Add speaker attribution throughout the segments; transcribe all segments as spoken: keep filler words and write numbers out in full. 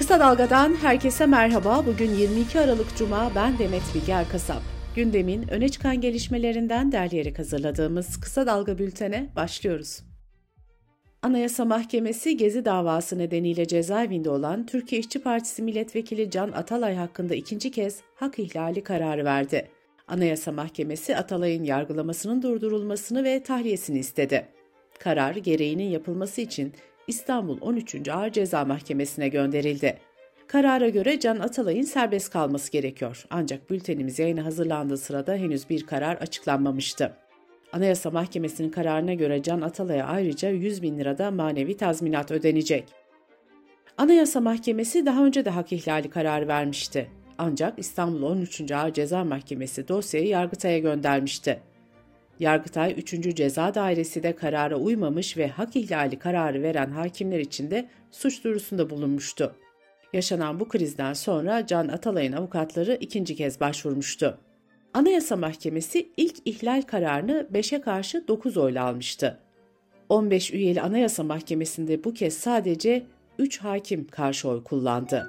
Speaker 1: Kısa Dalga'dan herkese merhaba. Bugün yirmi iki Aralık Cuma, ben Demet Bilge Erkasap. Gündemin öne çıkan gelişmelerinden derleyerek hazırladığımız Kısa Dalga bültene başlıyoruz. Anayasa Mahkemesi Gezi davası nedeniyle cezaevinde olan Türkiye İşçi Partisi Milletvekili Can Atalay hakkında ikinci kez hak ihlali kararı verdi. Anayasa Mahkemesi Atalay'ın yargılamasının durdurulmasını ve tahliyesini istedi. Karar gereğinin yapılması için İstanbul on üçüncü Ağır Ceza Mahkemesi'ne gönderildi. Karara göre Can Atalay'ın serbest kalması gerekiyor. Ancak bültenimiz yayına hazırlandığı sırada henüz bir karar açıklanmamıştı. Anayasa Mahkemesi'nin kararına göre Can Atalay'a ayrıca yüz bin lirada manevi tazminat ödenecek. Anayasa Mahkemesi daha önce de hak ihlali kararı vermişti. Ancak İstanbul on üçüncü Ağır Ceza Mahkemesi dosyayı Yargıtay'a göndermişti. Yargıtay üçüncü Ceza Dairesi de karara uymamış ve hak ihlali kararı veren hakimler için de suç duyurusunda bulunmuştu. Yaşanan bu krizden sonra Can Atalay'ın avukatları ikinci kez başvurmuştu. Anayasa Mahkemesi ilk ihlal kararını beşe karşı dokuz oyla almıştı. on beş üyeli Anayasa Mahkemesi'nde bu kez sadece üç hakim karşı oy kullandı.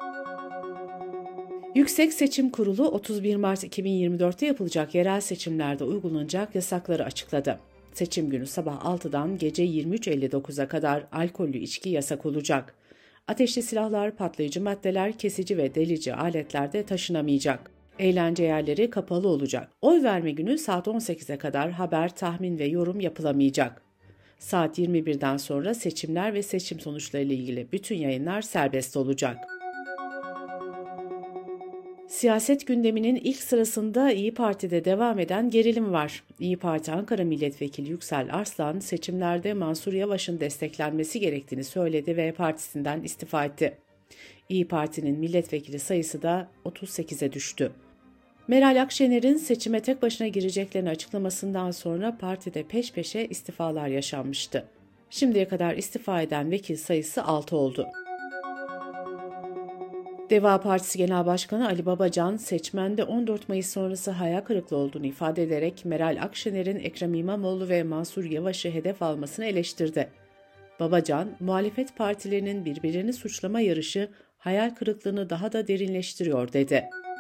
Speaker 1: Yüksek Seçim Kurulu otuz bir Mart iki bin yirmi dört'te yapılacak yerel seçimlerde uygulanacak yasakları açıkladı. Seçim günü sabah altıdan gece yirmi üç elli dokuz'a kadar alkollü içki yasak olacak. Ateşli silahlar, patlayıcı maddeler, kesici ve delici aletler de taşınamayacak. Eğlence yerleri kapalı olacak. Oy verme günü saat on sekiz'e kadar haber, tahmin ve yorum yapılamayacak. Saat yirmi bir'den sonra seçimler ve seçim sonuçları ile ilgili bütün yayınlar serbest olacak. Siyaset gündeminin ilk sırasında İyi Parti'de devam eden gerilim var. İyi Parti Ankara Milletvekili Yüksel Arslan, seçimlerde Mansur Yavaş'ın desteklenmesi gerektiğini söyledi ve partisinden istifa etti. İyi Parti'nin milletvekili sayısı da otuz sekiz'e düştü. Meral Akşener'in seçime tek başına gireceklerini açıklamasından sonra partide peş peşe istifalar yaşanmıştı. Şimdiye kadar istifa eden vekil sayısı altı oldu. Deva Partisi Genel Başkanı Ali Babacan, seçmende on dört Mayıs sonrası hayal kırıklığı olduğunu ifade ederek Meral Akşener'in Ekrem İmamoğlu ve Mansur Yavaş'ı hedef almasını eleştirdi. Babacan, muhalefet partilerinin birbirini suçlama yarışı hayal kırıklığını daha da derinleştiriyor dedi.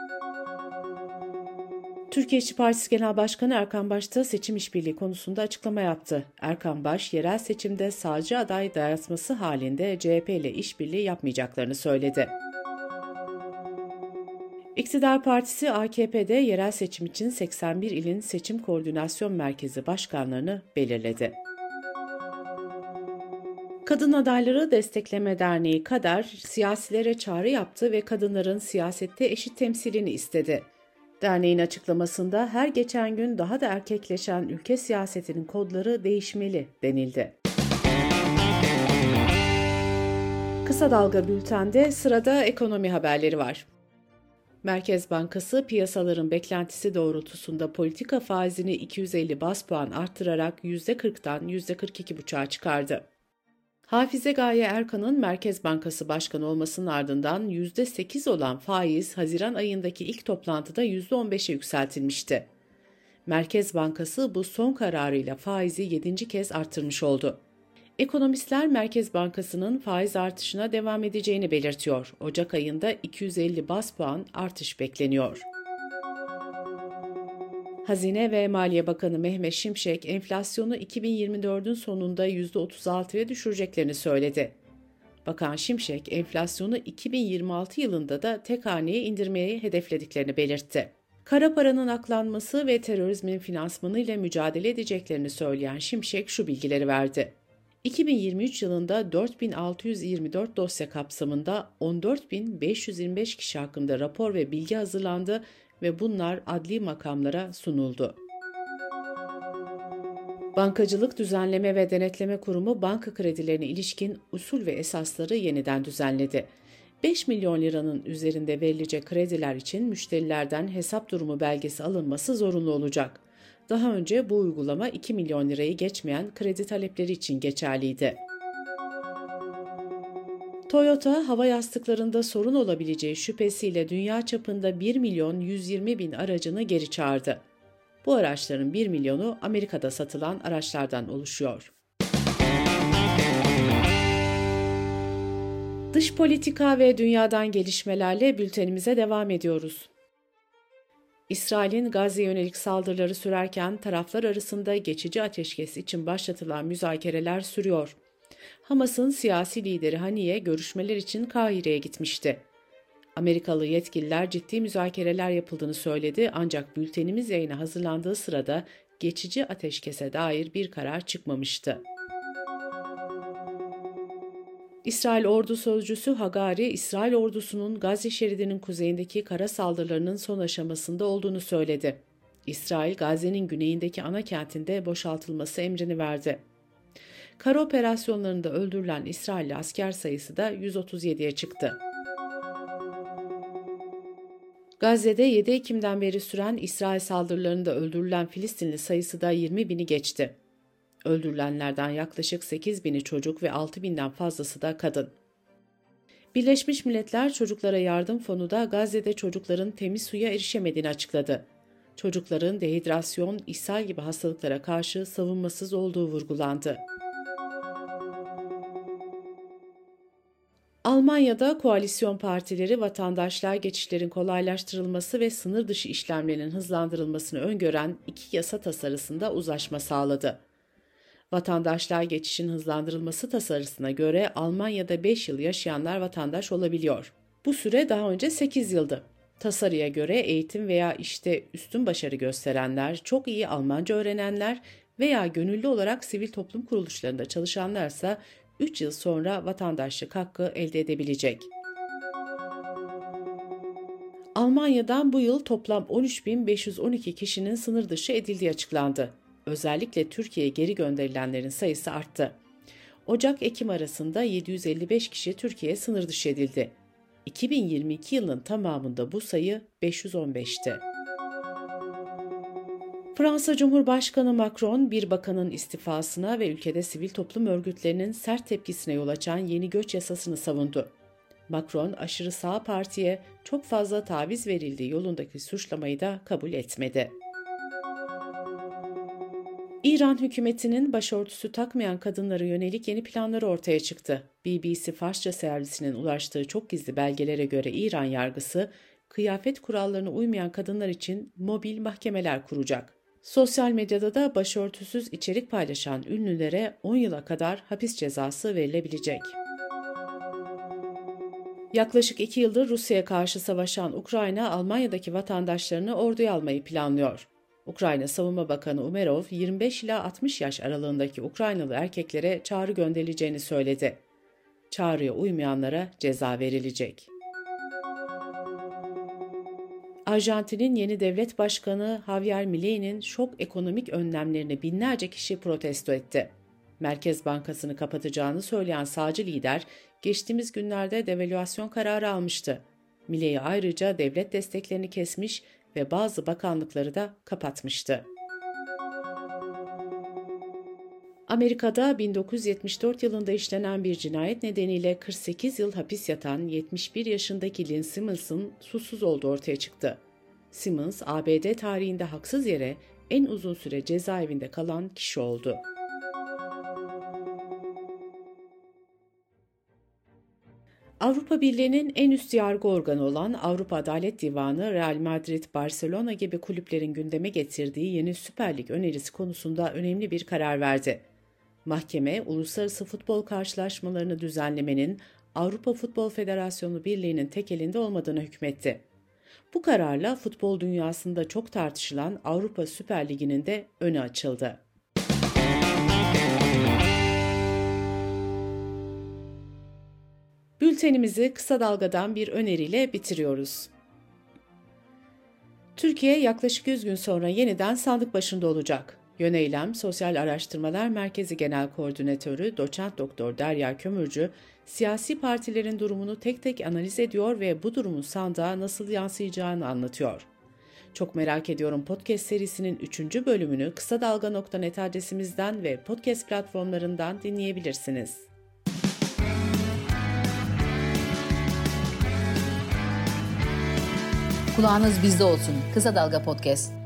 Speaker 1: Türkiye İşçi Partisi Genel Başkanı Erkan Baş da seçim işbirliği konusunda açıklama yaptı. Erkan Baş, yerel seçimde sağcı aday dayatması halinde C H P ile işbirliği yapmayacaklarını söyledi. İktidar Partisi A K P'de yerel seçim için seksen bir ilin Seçim Koordinasyon Merkezi başkanlarını belirledi. Kadın Adayları Destekleme Derneği KADER, siyasilere çağrı yaptı ve kadınların siyasette eşit temsilini istedi. Derneğin açıklamasında her geçen gün daha da erkekleşen ülke siyasetinin kodları değişmeli denildi. Kısa Dalga Bülten'de sırada ekonomi haberleri var. Merkez Bankası piyasaların beklentisi doğrultusunda politika faizini iki yüz elli baz puan arttırarak yüzde kırk'tan yüzde kırk iki buçuğa çıkardı. Hafize Gaye Erkan'ın Merkez Bankası Başkanı olmasının ardından yüzde sekiz olan faiz Haziran ayındaki ilk toplantıda yüzde on beş'e yükseltilmişti. Merkez Bankası bu son kararıyla faizi yedinci kez arttırmış oldu. Ekonomistler Merkez Bankası'nın faiz artışına devam edeceğini belirtiyor. Ocak ayında iki yüz elli baz puan artış bekleniyor. Hazine ve Maliye Bakanı Mehmet Şimşek, enflasyonu iki bin yirmi dört'ün sonunda yüzde otuz altı'ya düşüreceklerini söyledi. Bakan Şimşek, enflasyonu iki bin yirmi altı yılında da tek haneye indirmeyi hedeflediklerini belirtti. Kara paranın aklanması ve terörizmin finansmanı ile mücadele edeceklerini söyleyen Şimşek şu bilgileri verdi. iki bin yirmi üç yılında dört bin altı yüz yirmi dört dosya kapsamında on dört bin beş yüz yirmi beş kişi hakkında rapor ve bilgi hazırlandı ve bunlar adli makamlara sunuldu. Bankacılık Düzenleme ve Denetleme Kurumu banka kredilerine ilişkin usul ve esasları yeniden düzenledi. beş milyon liranın üzerinde verilecek krediler için müşterilerden hesap durumu belgesi alınması zorunlu olacak. Daha önce bu uygulama iki milyon lirayı geçmeyen kredi talepleri için geçerliydi. Toyota, hava yastıklarında sorun olabileceği şüphesiyle dünya çapında bir milyon yüz yirmi bin aracını geri çağırdı. Bu araçların bir milyonu Amerika'da satılan araçlardan oluşuyor. Dış politika ve dünyadan gelişmelerle bültenimize devam ediyoruz. İsrail'in Gazze'ye yönelik saldırıları sürerken taraflar arasında geçici ateşkes için başlatılan müzakereler sürüyor. Hamas'ın siyasi lideri Haniye görüşmeler için Kahire'ye gitmişti. Amerikalı yetkililer ciddi müzakereler yapıldığını söyledi ancak bültenimiz yayına hazırlandığı sırada geçici ateşkese dair bir karar çıkmamıştı. İsrail Ordu Sözcüsü Hagari, İsrail ordusunun Gazze şeridinin kuzeyindeki kara saldırılarının son aşamasında olduğunu söyledi. İsrail, Gazze'nin güneyindeki ana kentinde boşaltılması emrini verdi. Kara operasyonlarında öldürülen İsrailli asker sayısı da yüz otuz yediye çıktı. Gazze'de yedi Ekim'den beri süren İsrail saldırılarında öldürülen Filistinli sayısı da yirmi bini geçti. Öldürülenlerden yaklaşık sekiz bini çocuk ve altı binden fazlası da kadın. Birleşmiş Milletler Çocuklara Yardım Fonu da Gazze'de çocukların temiz suya erişemediğini açıkladı. Çocukların dehidrasyon, ishal gibi hastalıklara karşı savunmasız olduğu vurgulandı. Almanya'da koalisyon partileri vatandaşlar geçişlerin kolaylaştırılması ve sınır dışı işlemlerin hızlandırılmasını öngören iki yasa tasarısında uzlaşma sağladı. Vatandaşlar geçişin hızlandırılması tasarısına göre Almanya'da beş yıl yaşayanlar vatandaş olabiliyor. Bu süre daha önce sekiz yıldı. Tasarıya göre eğitim veya işte üstün başarı gösterenler, çok iyi Almanca öğrenenler veya gönüllü olarak sivil toplum kuruluşlarında çalışanlarsa üç yıl sonra vatandaşlık hakkı elde edebilecek. Almanya'dan bu yıl toplam on üç bin beş yüz on iki kişinin sınır dışı edildiği açıklandı. Özellikle Türkiye'ye geri gönderilenlerin sayısı arttı. Ocak-Ekim arasında yedi yüz elli beş kişi Türkiye'ye sınır dışı edildi. iki bin yirmi iki yılının tamamında bu sayı beş yüz on beşti. Fransa Cumhurbaşkanı Macron, bir bakanın istifasına ve ülkede sivil toplum örgütlerinin sert tepkisine yol açan yeni göç yasasını savundu. Macron, aşırı sağ partiye çok fazla taviz verildiği yolundaki suçlamayı da kabul etmedi. İran hükümetinin başörtüsü takmayan kadınlara yönelik yeni planları ortaya çıktı. B B C Farsça servisinin ulaştığı çok gizli belgelere göre İran yargısı, kıyafet kurallarına uymayan kadınlar için mobil mahkemeler kuracak. Sosyal medyada da başörtüsüz içerik paylaşan ünlülere on yıla kadar hapis cezası verilebilecek. Yaklaşık iki yıldır Rusya'ya karşı savaşan Ukrayna, Almanya'daki vatandaşlarını orduya almayı planlıyor. Ukrayna Savunma Bakanı Umerov, yirmi beş ila altmış yaş aralığındaki Ukraynalı erkeklere çağrı gönderileceğini söyledi. Çağrıya uymayanlara ceza verilecek. Arjantin'in yeni devlet başkanı Javier Milei'nin şok ekonomik önlemlerini binlerce kişi protesto etti. Merkez Bankası'nı kapatacağını söyleyen sağcı lider, geçtiğimiz günlerde devalüasyon kararı almıştı. Milei ayrıca devlet desteklerini kesmiş ve bazı bakanlıkları da kapatmıştı. Amerika'da bin dokuz yüz yetmiş dört yılında işlenen bir cinayet nedeniyle kırk sekiz yıl hapis yatan yetmiş bir yaşındaki Lynn Simmons'ın suçsuz olduğu ortaya çıktı. Simmons, A B D tarihinde haksız yere en uzun süre cezaevinde kalan kişi oldu. Avrupa Birliği'nin en üst yargı organı olan Avrupa Adalet Divanı, Real Madrid, Barcelona gibi kulüplerin gündeme getirdiği yeni Süper Lig önerisi konusunda önemli bir karar verdi. Mahkeme, uluslararası futbol karşılaşmalarını düzenlemenin Avrupa Futbol Federasyonu Birliği'nin tek elinde olmadığını hükmetti. Bu kararla futbol dünyasında çok tartışılan Avrupa Süper Ligi'nin de önü açıldı. Bültenimizi kısa dalgadan bir öneriyle bitiriyoruz. Türkiye yaklaşık yüz gün sonra yeniden sandık başında olacak. Yöneylem Sosyal Araştırmalar Merkezi Genel Koordinatörü Doçent Doktor Derya Kömürcü, siyasi partilerin durumunu tek tek analiz ediyor ve bu durumun sandığa nasıl yansıyacağını anlatıyor. Çok merak ediyorum podcast serisinin üçüncü bölümünü kısa dalga nokta net adresimizden ve podcast platformlarından dinleyebilirsiniz.
Speaker 2: Kulağınız bizde olsun. Kısa Dalga Podcast.